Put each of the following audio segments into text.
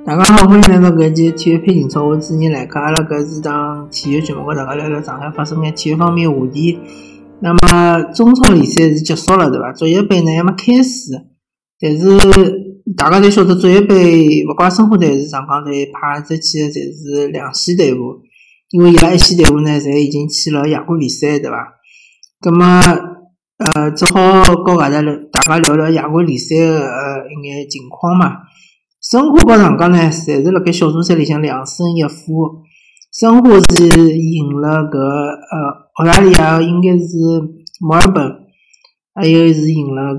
大家好，欢迎来到搿期体育配情操，我是主持人来客。阿拉搿是档体育节目，和大家聊聊上海发生眼体育方面的话题。那么中超联赛是结束了，对伐？足协杯呢还没开始，但是大家侪晓得，足协杯勿怪申花队还是上港队派出去的侪是两线队伍，因为伊拉一线队伍呢，侪已经去了亚冠联赛，对伐？葛么只好和大家聊聊亚冠联赛的一眼情况嘛。申花和上港呢，侪是辣盖小组赛里向2胜1负。申花是赢了澳大利亚应该是墨尔本，还有是赢了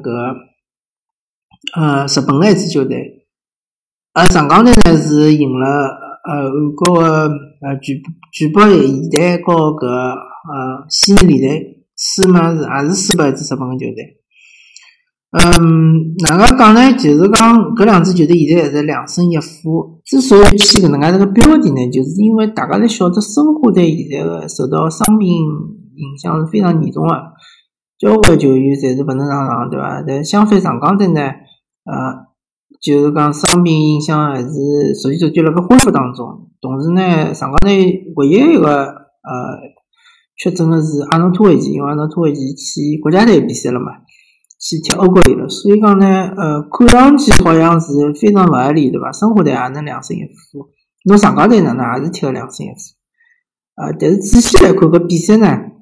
日本的一支球队。上港队呢是赢了韩国的巨北现代和悉尼联队，输嘛也是输拨一支日本的球队。哪能讲呢？就是讲搿两支球队现在还是2胜1负。之所以起搿能介这个标题呢，就是因为大家侪晓得申花队现在的受到伤病影响是非常严重的，交关球员侪是勿能上场，对伐？但相反上港队呢，就是讲伤病影响还是逐渐辣盖恢复当中。同时呢，上港队唯一一个确诊的是阿诺托维奇，因为阿诺托维奇去国家队比赛了嘛。去踢欧冠了，所以讲呢，看上去好像是非常勿合理，对伐？申花队也能2胜1负，侬上港队呢也是踢了2胜1负，但是仔细来看搿比赛呢，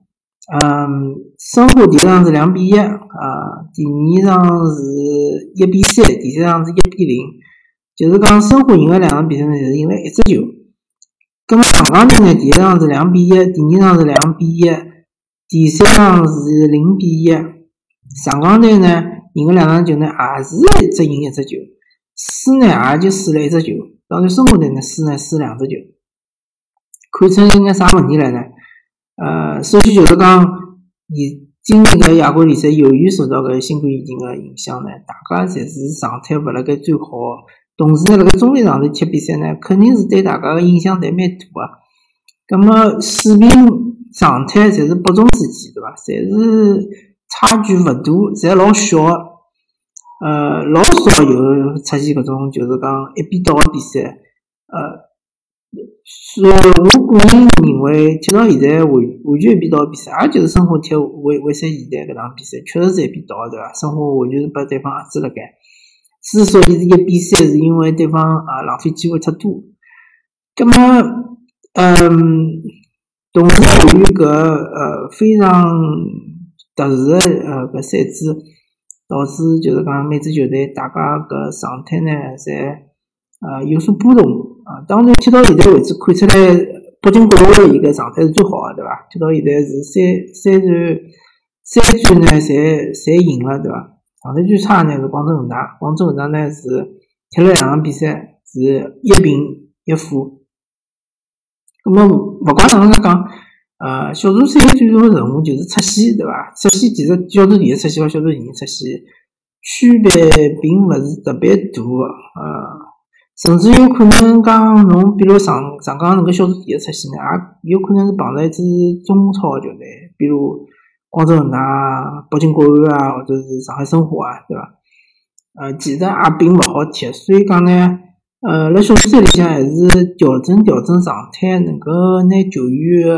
申花第一场是2比1，第二场是1比3，第三场是1比0，就是讲申花赢了2场比赛呢，就是赢了1只球。葛末上港队呢，第一场是2比1，第二场是2比1，第三场是0比1。上港队呢赢了2场球呢，也是一只赢1只球，输呢也就输了1只球。当然申花队呢输2只球，看出应该啥问题来呢？首先就是讲，今年搿亚冠联赛由于受到搿新冠疫情的影响呢，大家侪是状态勿辣盖最好，同时呢辣盖中立场头踢比赛呢，肯定是对大家的影响侪蛮大的。葛末水平状态侪是伯仲之间，对伐？侪是差距勿大，侪老小的，老少有出现搿种就是讲一边倒的比赛。我个人认为踢到现在完全一边倒的比赛，也就是申花踢蔚山现代搿场比赛，确实是一边倒的，对伐？申花完全是把对方压制辣盖。之所以是1比3，是因为对方浪费机会太多。葛末同时由于搿非常特殊的搿赛制，导致就是讲每支球队大家搿状态呢侪有所波动当然踢到现在为止看出来北京国安伊搿状态是最好的，对伐？踢到现在是三战呢侪赢了，对伐？状态最差呢是广州恒大，广州恒大呢是踢了2场比赛是1平1负。那么勿管哪能介讲小组赛的最终任务就是出线，对伐？出线其实小组第一出线和小组第二出线区别并勿是特别大甚至有可能讲侬比如上港能够小组第一出线呢，也有可能是碰到一支中超球队，比如广州恒大、北京国安或者是上海申花对伐？其实也并勿好踢，所以讲呢辣小组赛里向还是调整状态，能够拿球员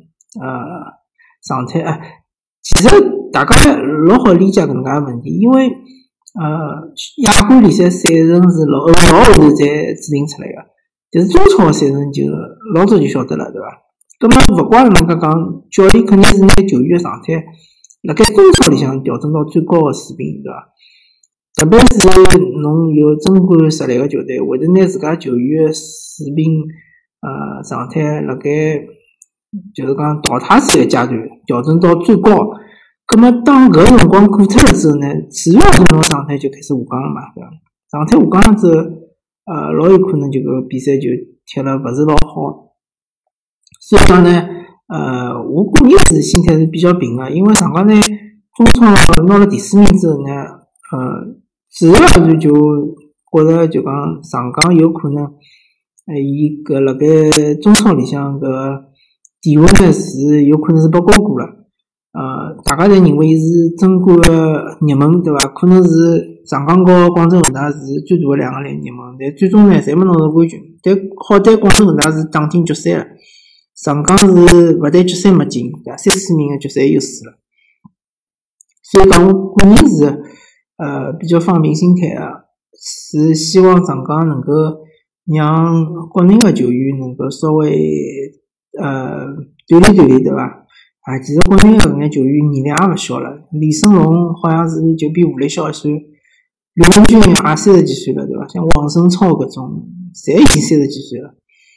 状态其实大家老好理解搿能介问题，因为亚冠联赛赛程是老后头才制定出来的，但是中超赛程就老早就晓得了，对伐？葛末勿怪哪能介讲，教练肯定是拿球员的状态辣盖中超里向调整到最高的水平，对伐？特别是侬有争冠实力的球队，会得拿自家球员的水平状态辣盖就是讲淘汰赛的阶段调整到最高。葛末当搿辰光过脱了之后呢，自然而然侬状态就开始下降了嘛，对伐？状态下降了之后老有可能就搿比赛就踢了勿是老好。所以讲呢我个人是心态是比较平的，因为上港呢中超拿了第4名之后呢自然而然就觉着就讲上港有可能伊搿辣盖中超里向搿地位呢是有可能是被高估了。大家侪认为伊是争冠的热门，对伐？可能是上港和广州恒大是最大的两个联盟，但最终呢，侪没拿到冠军。但好在广州恒大是打进决赛了，上港是勿但决赛没进，对伐？3次名的决赛又输了。所以讲，我个人是比较放平心态的，是希望上港能够让国内的球员能够稍微锻炼锻炼，对伐？其实国内的搿眼球员年龄也勿小了，李胜龙好像是就比吴磊小1岁，刘文军也30几岁了，对伐？像王胜超搿种，侪已经30几岁了。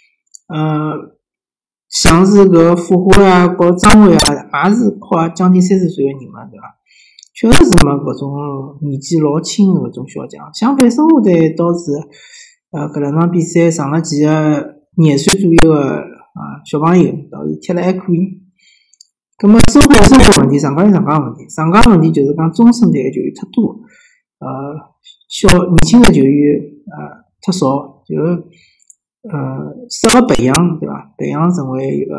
像是搿傅辉啊，和张伟啊，也是快将近30岁的人了，对伐？确实是没搿种年纪老轻的搿种小将。相反，申花队倒是搿两场比赛上了几个廿岁左右的小朋友，倒是踢了还可以。咁么申花有申花问题，上港有上港问题。上港问题就是讲中生代的球员太多，年轻的球员太少，就适合培养，对伐？培养成为一个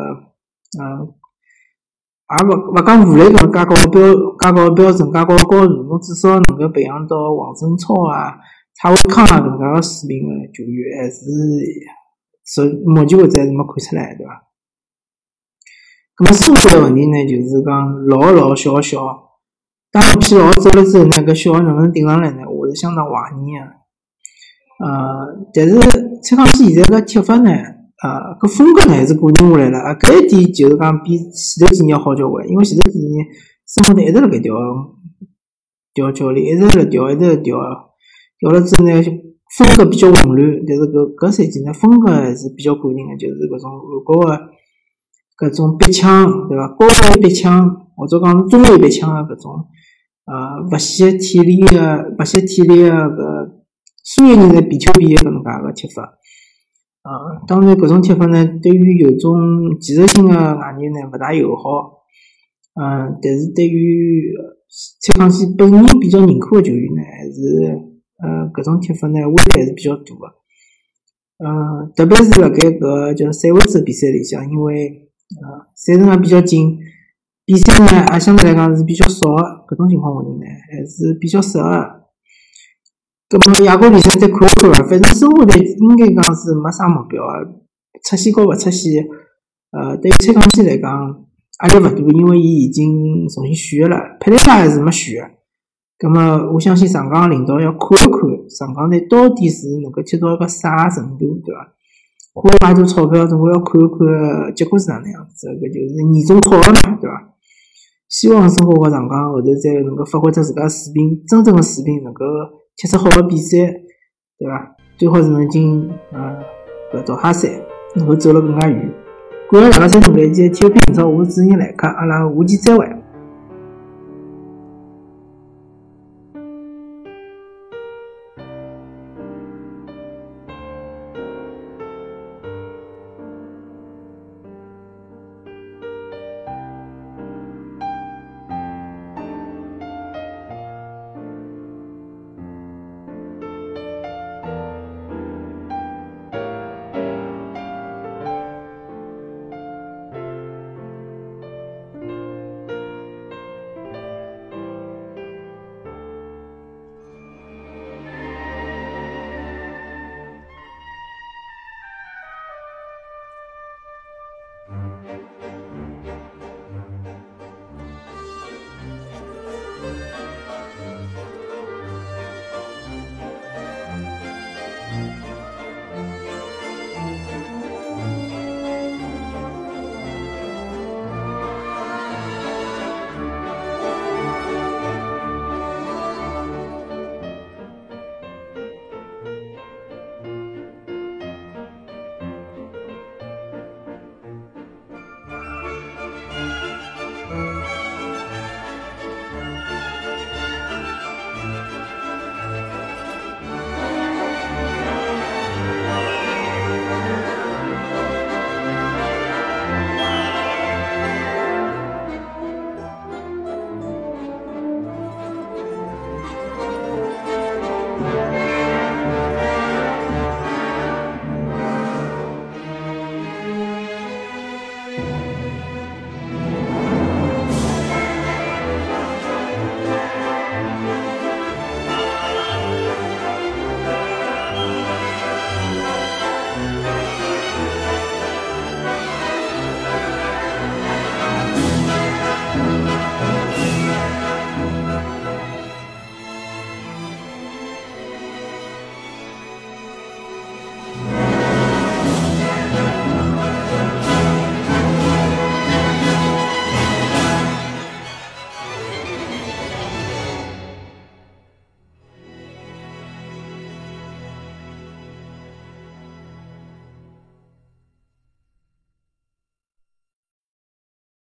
也勿讲吴磊搿介高的标准，介高的高度，侬至少能够培养到王振超啊、蔡伟康啊搿介个水平的球员，还是目前为止还是没看出来，对伐？咁么申花队问题呢，就是讲老小，当一批老走了之后呢，搿小能不能顶上来呢？我是相当怀疑的。但是蔡康熙现在搿踢法呢，搿风格呢还是固定下来了。搿一点就是讲比前头几年好交关，因为前头几年申花队一直辣盖调教练，一直辣调了之后呢，风格比较混乱。但是搿赛季呢，风格还是比较固定的，就是搿种韩国的搿种逼抢，对伐？高位逼抢或者讲中位逼抢的搿种勿惜体力的搿所有人侪比球比的搿能介个踢法。当然搿种踢法呢，对于有种技术性的外援呢勿大友好。但是对于蔡康熙本人比较认可的球员呢，还是搿种踢法呢威力还是比较大的。特别是辣盖搿叫赛会制比赛里向，因为赛程也比较紧，比赛呢也相对来讲是比较少的，搿种情况下头呢还是比较适合的。咁么亚冠联赛再看一看吧，反正申花队应该讲是没啥目标啊，出线和勿出线，对于蔡康熙来讲压力勿大，因为伊已经重新选了，佩雷拉还是没选的。咁么我相信上港领导要看一看上港队到底是能够踢到一个啥程度，对伐？花了蛮多钞票，总归要看一看结果是哪能样子，搿就是年终考核嘛，对伐？希望申花和上港后头再能够发挥出自家水平，真正的水平，能够踢出好的比赛，对伐？最好是能进搿淘汰赛，能够走了更加远。感谢大家收听本期体育频道，我是主持人来客，阿拉下期再会。